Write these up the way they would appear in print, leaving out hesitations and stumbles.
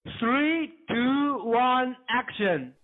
Three, two, one, action！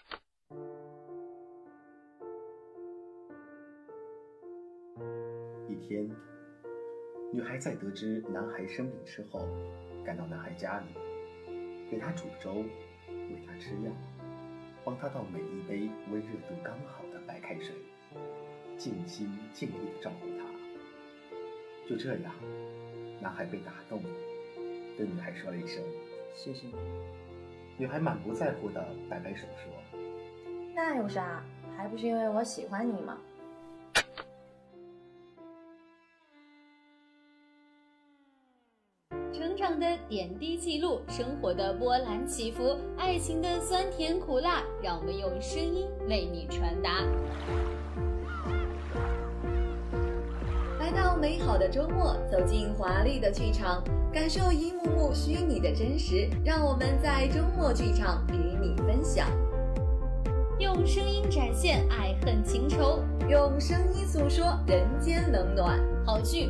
一天，女孩在得知男孩生病之后，赶到男孩家里，给他煮粥，喂他吃药，帮他倒每一杯温热度刚好的白开水，尽心尽力地照顾他。就这样，男孩被打动了，对女孩说了一声谢谢你。女孩满不在乎地摆摆手说， 那有啥，还不是因为我喜欢你吗？ 成长的点滴记录，生活的波澜起伏，爱情的酸甜苦辣，让我们用声音为你传达。来到美好的周末，走进华丽的剧场，感受一幕幕虚拟的真实，让我们在周末剧场与你分享。用声音展现爱恨情仇，用声音诉说人间冷暖。好剧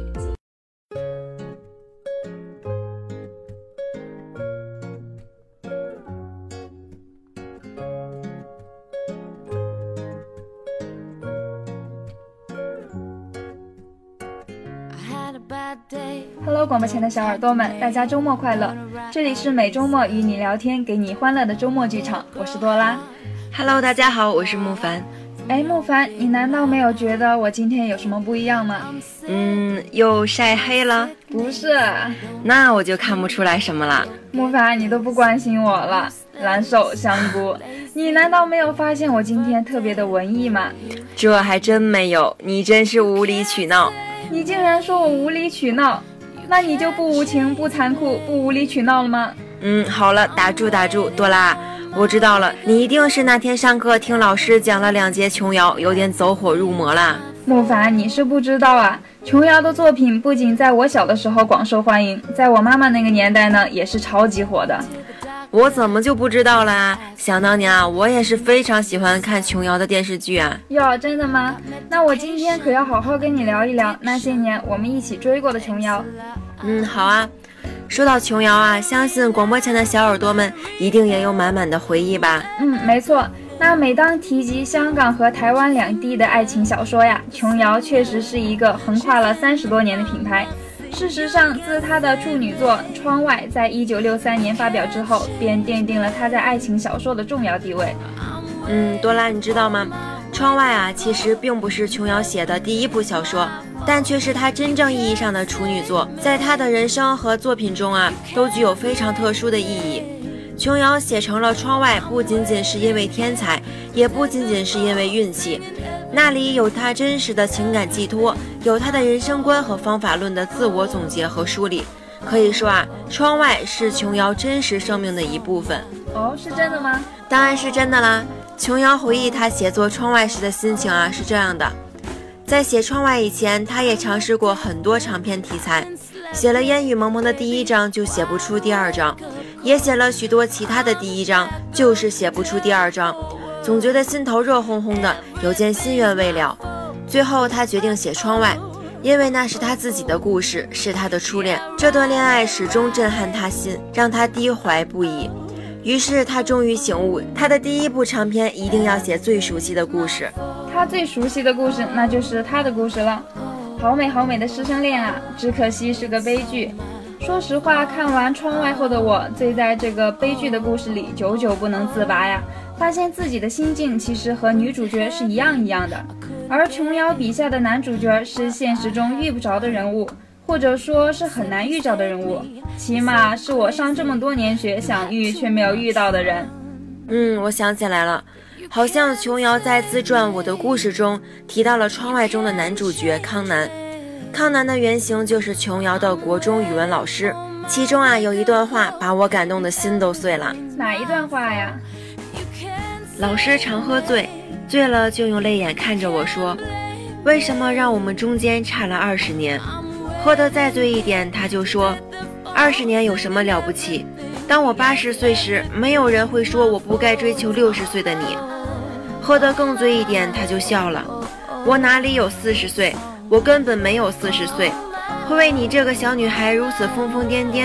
Hello， 广播前的小耳朵们，大家周末快乐！这里是每周末与你聊天，给你欢乐的周末剧场，我是多拉。 Hello， 大家好，我是木凡。 木凡，你难道没有觉得我今天有什么不一样吗？ 又晒黑了？ 不是， 那我就看不出来什么了。 木凡，你都不关心我了。蓝手香菇，你难道没有发现我今天特别的文艺吗？ 这还真没有，你真是无理取闹。 你竟然说我无理取闹，那你就不无情、不残酷、不无理取闹了吗？ 好了，打住，多拉，我知道了，你一定是那天上课听老师讲了2节琼瑶，有点走火入魔啦。 木凡，你是不知道啊，琼瑶的作品不仅在我小的时候广受欢迎，在我妈妈那个年代呢，也是超级火的。 我怎么就不知道啦？想当年啊，我也是非常喜欢看琼瑶的电视剧啊。 哟，真的吗？那我今天可要好好跟你聊一聊那些年我们一起追过的琼瑶。 好啊。说到琼瑶啊，相信广播前的小耳朵们一定也有满满的回忆吧。 没错。那每当提及香港和台湾两地的爱情小说呀，琼瑶确实是一个横跨了30多年的品牌。事实上，自她的处女作《窗外》在1963年发表之后，便奠定了她在爱情小说的重要地位。 多拉，你知道吗？《窗外》啊，其实并不是琼瑶写的第一部小说，但却是她真正意义上的处女作。在她的人生和作品中啊，都具有非常特殊的意义。琼瑶写成了《窗外》，不仅仅是因为天才，也不仅仅是因为运气。那里有她真实的情感寄托，有她的人生观和方法论的自我总结和梳理。可以说啊，《窗外》是琼瑶真实生命的一部分。 是真的吗？ 当然是真的啦。琼瑶回忆她写作《窗外》时的心情啊，是这样的：在写《窗外》以前，她也尝试过很多长篇题材，写了烟雨蒙蒙的第1章，就写不出第2章，也写了许多其他的第1章，就是写不出第2章，总觉得心头热烘烘的，有件心愿未了。最后她决定写《窗外》，因为那是她自己的故事，是她的初恋，这段恋爱始终震撼她心，让她低怀不已。于是她终于醒悟，她的第1部长篇一定要写最熟悉的故事。 她最熟悉的故事，那就是她的故事了。好美好美的师生恋啊，只可惜是个悲剧。说实话，看完《窗外》后的我，醉在这个悲剧的故事里，久久不能自拔呀。发现自己的心境其实和女主角是一样的，而琼瑶笔下的男主角是现实中遇不着的人物，或者说是很难遇着的人物，起码是我上这么多年学想遇却没有遇到的人。 我想起来了，好像琼瑶在自传《我的故事》中提到了《窗外》中的男主角康南。康南的原型就是琼瑶的国中语文老师，其中啊有一段话把我感动的心都碎了。 哪一段话呀？ 老师常喝醉，醉了就用泪眼看着我说，为什么让我们中间差了20年？喝得再醉一点，他就说20年有什么了不起？当我80岁时，没有人会说我不该追求60岁的你。喝得更醉一点，他就笑了，我哪里有40岁？我根本没有40岁，会为你这个小女孩如此疯疯癫癫，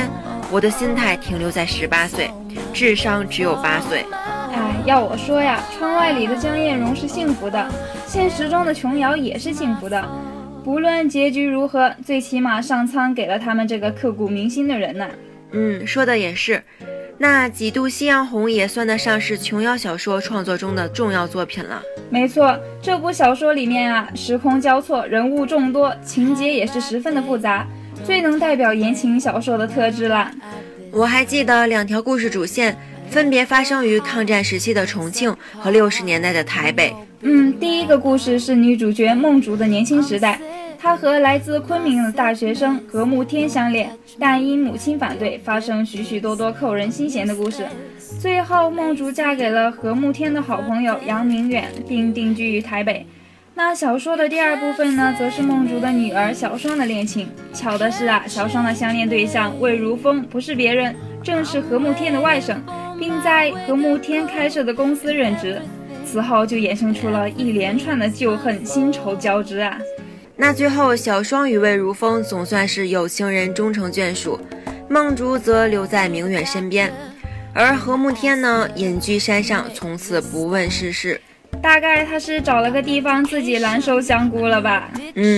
我的心态停留在18岁，智商只有8岁。 要我说呀，窗外里的江艳荣是幸福的，现实中的琼瑶也是幸福的。不论结局如何，最起码上苍给了他们这个刻骨铭心的人呢。 说的也是。那《几度夕阳红》也算得上是琼瑶小说创作中的重要作品了。 没错，这部小说里面啊，时空交错，人物众多，情节也是十分的复杂，最能代表言情小说的特质了。 我还记得2条故事主线分别发生于抗战时期的重庆和60年代的台北。 第一个故事是女主角梦竹的年轻时代，她和来自昆明的大学生何慕天相恋，但因母亲反对，发生许许多多扣人心弦的故事。最后梦竹嫁给了何慕天的好朋友杨明远，并定居于台北。那小说的第2部分呢，则是梦竹的女儿小双的恋情。巧的是啊，小双的相恋对象魏如风不是别人，正是何慕天的外甥，并在何慕天开设的公司任职。此后就衍生出了一连串的旧恨新仇交织啊。 那最后小双与魏如风总算是有情人终成眷属，梦竹则留在明远身边，而何慕天呢，隐居山上，从此不问世事。 大概他是找了个地方自己蓝瘦香菇了吧。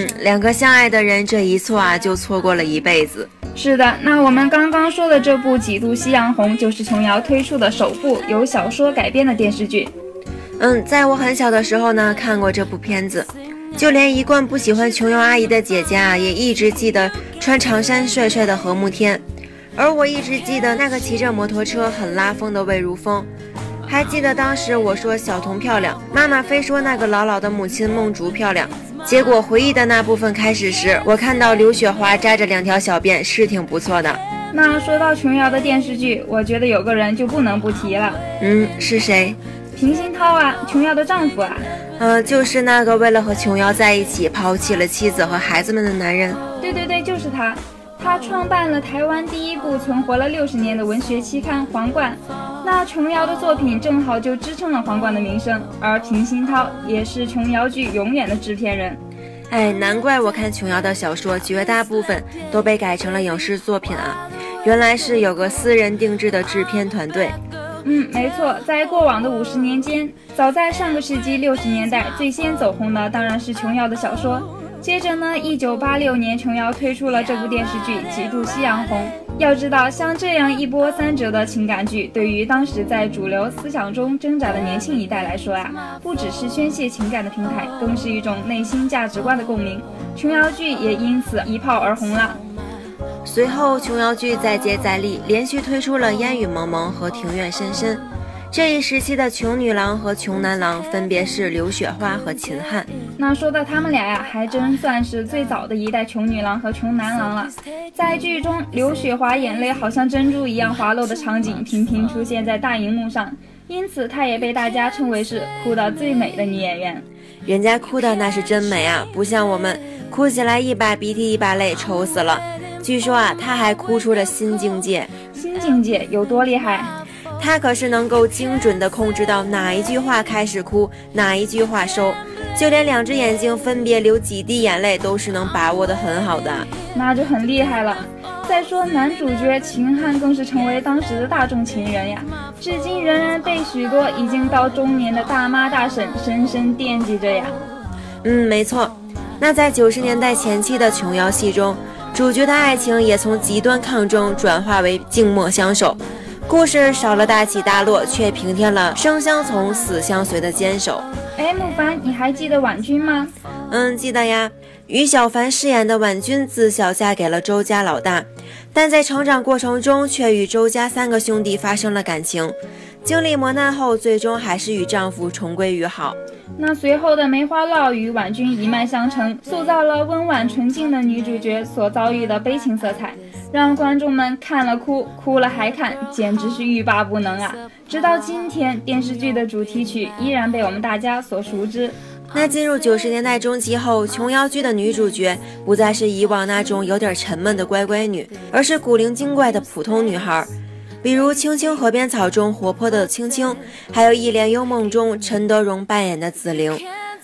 2个相爱的人，这一错啊就错过了一辈子。 是的，那我们刚刚说的这部《几度夕阳红》就是琼瑶推出的首部由小说改编的电视剧。 在我很小的时候呢，看过这部片子，就连一贯不喜欢琼瑶阿姨的姐姐啊，也一直记得穿长衫帅帅的何慕天，而我一直记得那个骑着摩托车很拉风的魏如风。还记得当时我说小童漂亮，妈妈非说那个老老的母亲梦竹漂亮，结果回忆的那部分开始时，我看到刘雪华扎着2条小辫是挺不错的。 那说到琼瑶的电视剧，我觉得有个人就不能不提了。 是谁？ 平鑫涛啊，琼瑶的丈夫啊。 就是那个为了和琼瑶在一起抛弃了妻子和孩子们的男人。 对，就是他。他创办了台湾第一部存活了60年的文学期刊《皇冠》，那琼瑶的作品正好就支撑了皇冠的名声，而平鑫涛也是琼瑶剧永远的制片人。 难怪我看琼瑶的小说绝大部分都被改成了影视作品啊，原来是有个私人定制的制片团队。 没错，在过往的50年间，早在上个世纪60年代，最先走红的当然是琼瑶的小说。接着呢，1986年琼瑶推出了这部电视剧《几度夕阳红》。要知道，像这样一波3折的情感剧，对于当时在主流思想中挣扎的年轻一代来说啊，不只是宣泄情感的平台，更是一种内心价值观的共鸣。琼瑶剧也因此一炮而红了。 随后琼瑶剧再接再厉，连续推出了《烟雨蒙蒙》和《庭院深深》。这一时期的穷女郎和穷男郎分别是刘雪花和秦汉。 那说到他们俩呀，还真算是最早的一代穷女郎和穷男郎了。在剧中，刘雪华眼泪好像珍珠一样滑落的场景频频出现在大荧幕上，因此她也被大家称为是哭得最美的女演员。 人家哭的那是真美啊，不像我们哭起来一把鼻涕一把泪，愁死了。据说啊，她还哭出了新境界。 新境界有多厉害？ 他可是能够精准地控制到哪一句话开始哭，哪一句话收，就连2只眼睛分别流几滴眼泪都是能把握得很好的， 那就很厉害了。再说男主角秦汉更是成为当时的大众情人呀，至今仍然被许多已经到中年的大妈大婶深深惦记着呀。 没错。那在90年代前期的琼瑶戏中，主角的爱情也从极端抗争转化为静默相守，故事少了大起大落，却平添了生相从死相随的坚守。 慕凡，你还记得婉君吗？ 记得呀。于小凡饰演的婉君自小嫁给了周家老大，但在成长过程中却与周家3个兄弟发生了感情，经历磨难后，最终还是与丈夫重归于好。 那随后的梅花烙与婉君一脉相承，塑造了温婉纯净的女主角所遭遇的悲情色彩，让观众们看了哭，哭了还看，简直是欲罢不能啊！直到今天，电视剧的主题曲依然被我们大家所熟知。 那进入90年代中期后，琼瑶剧的女主角不再是以往那种有点沉闷的乖乖女，而是古灵精怪的普通女孩，比如《青青河边草》中活泼的青青，还有《一帘幽梦》中陈德容扮演的紫菱。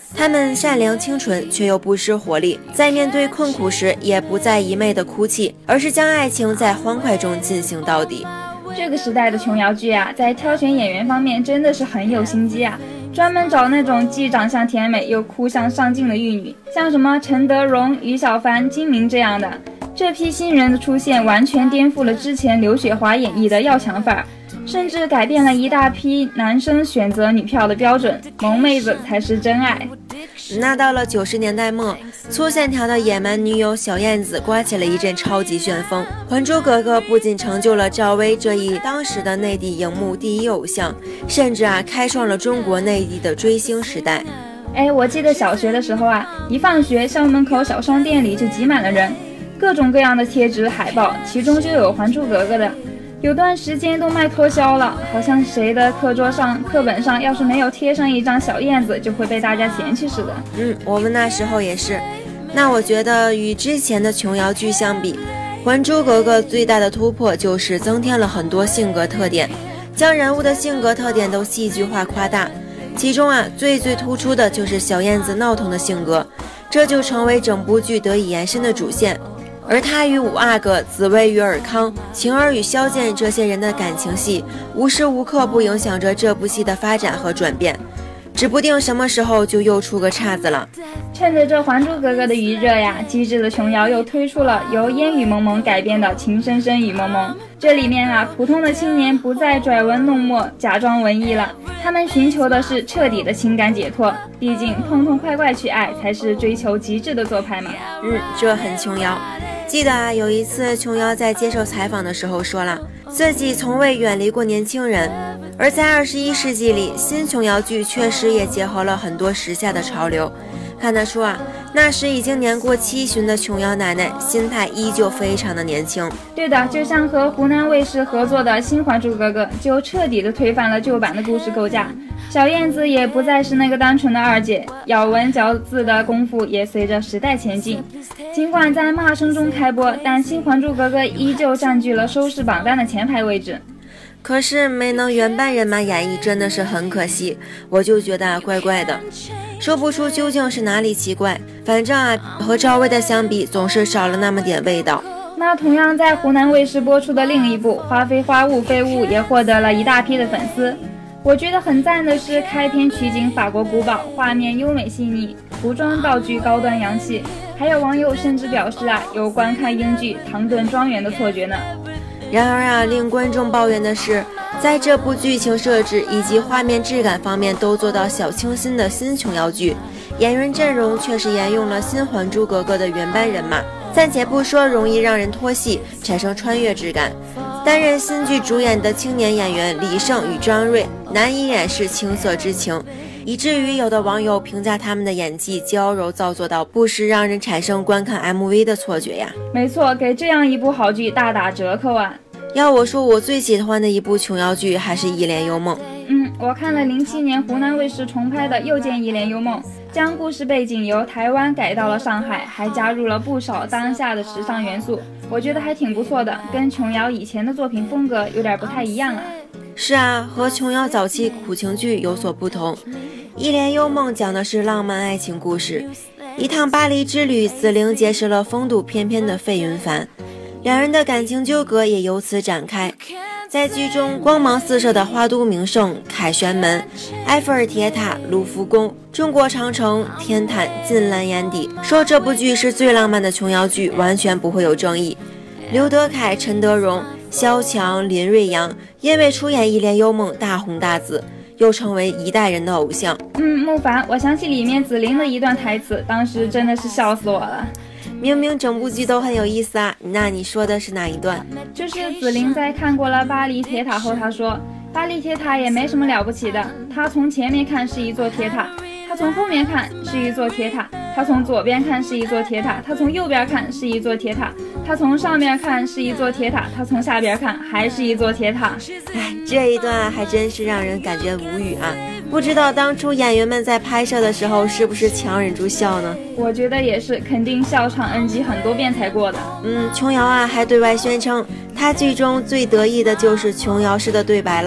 他们善良清纯，却又不失活力，在面对困苦时也不再一昧的哭泣，而是将爱情在欢快中进行到底。 这个时代的琼瑶剧啊，在挑选演员方面真的是很有心机啊，专门找那种既长相甜美又哭相上镜的玉女，像什么陈德容、于小凡、金明这样的。这批新人的出现完全颠覆了之前刘雪华演绎的要强范儿，甚至改变了一大批男生选择女票的标准，萌妹子才是真爱。 那到了90年代末，粗线条的野蛮女友小燕子刮起了一阵超级旋风。《还珠格格》不仅成就了赵薇这一当时的内地荧幕第一偶像，甚至开创了中国内地的追星时代。 我记得小学的时候一放学校门口小商店里就挤满了人，各种各样的贴纸海报，其中就有《还珠格格》的。有段时间都卖脱销了，好像谁的课本上要是没有贴上一张小燕子，就会被大家嫌弃似的。 我们那时候也是。那我觉得与之前的琼瑶剧相比，《还珠格格》最大的突破就是增添了很多性格特点，将人物的性格特点都戏剧化夸大。其中最突出的就是小燕子闹腾的性格，这就成为整部剧得以延伸的主线。而他与五阿哥、紫薇与尔康、晴儿与萧剑这些人的感情戏，无时无刻不影响着这部戏的发展和转变，指不定什么时候就又出个岔子了。 趁着这《还珠格格》的余热机智的琼瑶又推出了由烟雨蒙蒙改编的《情深深雨蒙蒙》。这里面普通的青年不再拽文弄墨、假装文艺了，他们寻求的是彻底的情感解脱。毕竟痛痛快快去爱才是追求极致的做派嘛。 这很琼瑶。记得有一次琼瑶在接受采访的时候说了，自己从未远离过年轻人。而在21世纪里，新琼瑶剧确实也结合了很多时下的潮流。看得出那时已经年过70的琼瑶奶奶心态依旧非常的年轻。 对的，就像和湖南卫视合作的新《还珠格格》就彻底的推翻了旧版的故事构架，小燕子也不再是那个单纯的二姐，咬文嚼字的功夫也随着时代前进。尽管在骂声中开播，但新《还珠格格》依旧占据了收视榜单的前排位置。 可是没能原班人马演绎真的是很可惜，我就觉得怪怪的，说不出究竟是哪里奇怪，反正和赵薇的相比总是少了那么点味道。 那同样在湖南卫视播出的另一部《花非花雾非雾》也获得了一大批的粉丝。我觉得很赞的是开篇取景法国古堡，画面优美细腻，服装道具高端洋气，还有网友甚至表示有观看英剧《唐顿庄园》的错觉呢。 然而令观众抱怨的是，在这部剧情设置以及画面质感方面都做到小清新的新琼瑶剧，演员阵容却是沿用了新《还珠格格》的原班人马。暂且不说容易让人脱戏，产生穿越质感，担任新剧主演的青年演员李晟与张睿难以掩饰青涩之情，以至于有的网友评价他们的演技娇柔造作到不时让人产生观看 MV 的错觉呀。 没错，给这样一部好剧大打折扣要我说，我最喜欢的一部琼瑶剧还是《一帘幽梦》。 我看了07年湖南卫视重拍的《又见一帘幽梦》，将故事背景由台湾改到了上海，还加入了不少当下的时尚元素，我觉得还挺不错的，跟琼瑶以前的作品风格有点不太一样是和琼瑶早期苦情剧有所不同。《一帘幽梦》讲的是浪漫爱情故事，一趟巴黎之旅，紫菱结识了风度翩翩的费云凡，两人的感情纠葛也由此展开。在剧中，光芒四射的花都名胜、凯旋门、埃菲尔铁塔、卢浮宫、中国长城、天坛尽览眼底。说这部剧是最浪漫的琼瑶剧，完全不会有争议。刘德凯、陈德容、萧蔷、林瑞阳因为出演《一帘幽梦》大红大紫，又成为一代人的偶像。 木凡，我想起里面紫菱的一段台词，当时真的是笑死我了。 明明整部剧都很有意思那你说的是哪一段？ 就是紫菱在看过了巴黎铁塔后，她说巴黎铁塔也没什么了不起的，它从前面看是一座铁塔，它从后面看是一座铁塔，它从左边看是一座铁塔，它从右边看是一座铁塔，它从上面看是一座铁塔，它从下边看还是一座铁塔。 这一段还真是让人感觉无语不知道当初演员们在拍摄的时候是不是强忍住笑呢？ 我觉得也是，肯定笑场 NG 很多遍才过的。 琼瑶还对外宣称，她剧中最得意的就是琼瑶式的对白了。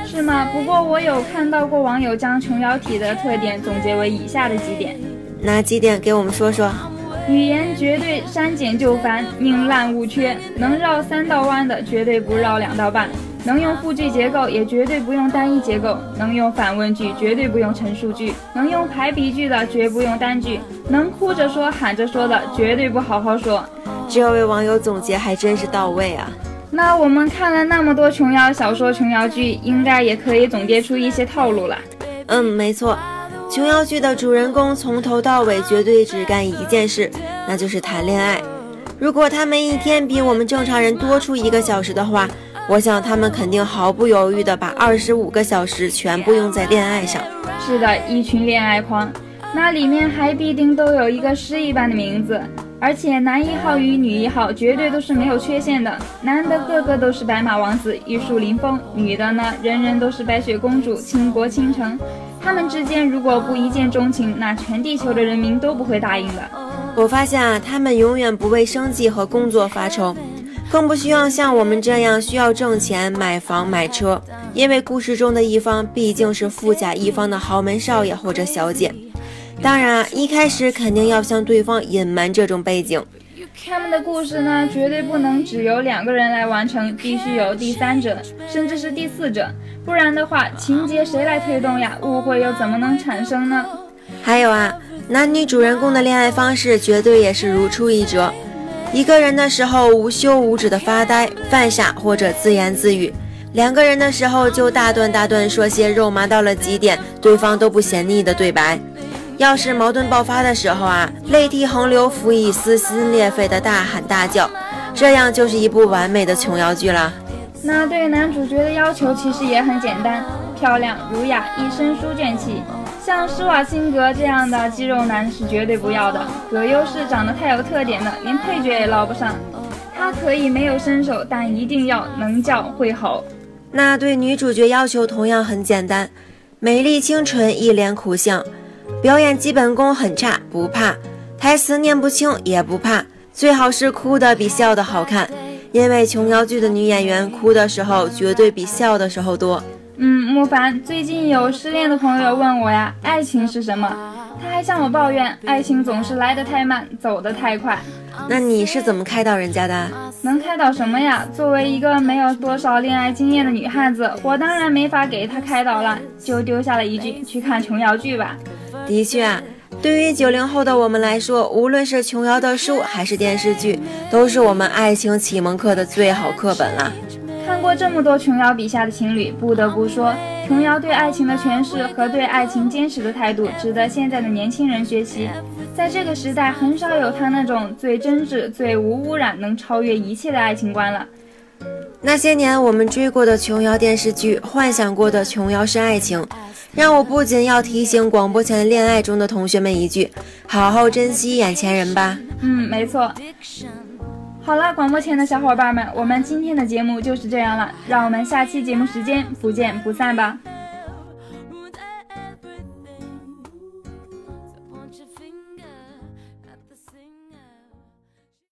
是吗？不过我有看到过网友将琼瑶体的特点总结为以下的几点。 哪几点？给我们说说。 语言绝对删减就繁，宁滥勿缺，能绕3道弯的绝对不绕2道半，能用复句结构也绝对不用单一结构，能用反问句绝对不用陈述句，能用排比句的绝不用单句，能哭着说喊着说的绝对不好好说。 这位网友总结还真是到位啊。 那我们看了那么多琼瑶小说、琼瑶剧，应该也可以总结出一些套路了。 没错，琼瑶剧的主人公从头到尾绝对只干一件事，那就是谈恋爱。如果他们一天比我们正常人多出1个小时的话，我想他们肯定毫不犹豫地把25个小时全部用在恋爱上。 是的，一群恋爱狂，那里面还必定都有一个诗一般的名字，而且男1号与女1号绝对都是没有缺陷的，男的个个都是白马王子、玉树临风，女的呢，人人都是白雪公主、倾国倾城。他们之间如果不一见钟情，那全地球的人民都不会答应的。 我发现啊，他们永远不为生计和工作发愁，更不需要像我们这样需要挣钱、买房、买车，因为故事中的一方毕竟是富甲一方的豪门少爷或者小姐。当然啊，一开始肯定要向对方隐瞒这种背景。 他们的故事呢，绝对不能只由2个人来完成，必须有第3者，甚至是第4者，不然的话，情节谁来推动呀？误会又怎么能产生呢？ 还有啊，男女主人公的恋爱方式绝对也是如出一辙。一个人的时候无休无止的发呆、犯傻或者自言自语；2个人的时候就大段说些肉麻到了极点，对方都不嫌腻的对白。要是矛盾爆发的时候啊，泪涕横流，辅以撕心裂肺的大喊大叫，这样就是一部完美的琼瑶剧了。 那对男主角的要求其实也很简单，漂亮、儒雅、一身书卷气。像施瓦辛格这样的肌肉男是绝对不要的，葛优是长得太有特点的，连配角也捞不上。他可以没有身手，但一定要能叫会吼。 那对女主角要求同样很简单，美丽清纯，一脸苦相，表演基本功很差不怕，台词念不清也不怕，最好是哭的比笑的好看，因为琼瑶剧的女演员哭的时候绝对比笑的时候多。 莫凡，最近有失恋的朋友问我呀，爱情是什么？他还向我抱怨，爱情总是来得太慢，走得太快。 那你是怎么开导人家的？ 能开导什么呀？作为一个没有多少恋爱经验的女汉子，我当然没法给他开导了，就丢下了一句，去看琼瑶剧吧。 的确啊，对于90后的我们来说，无论是琼瑶的书还是电视剧，都是我们爱情启蒙课的最好课本了。 看过这么多琼瑶笔下的情侣，不得不说，琼瑶对爱情的诠释和对爱情坚持的态度，值得现在的年轻人学习。在这个时代，很少有他那种最真挚、最无污染、能超越一切的爱情观了。 那些年我们追过的琼瑶电视剧，幻想过的琼瑶式爱情，让我不仅要提醒广播前恋爱中的同学们一句，好好珍惜眼前人吧。 没错。好了，广播前的小伙伴们，我们今天的节目就是这样了，让我们下期节目时间不见不散吧。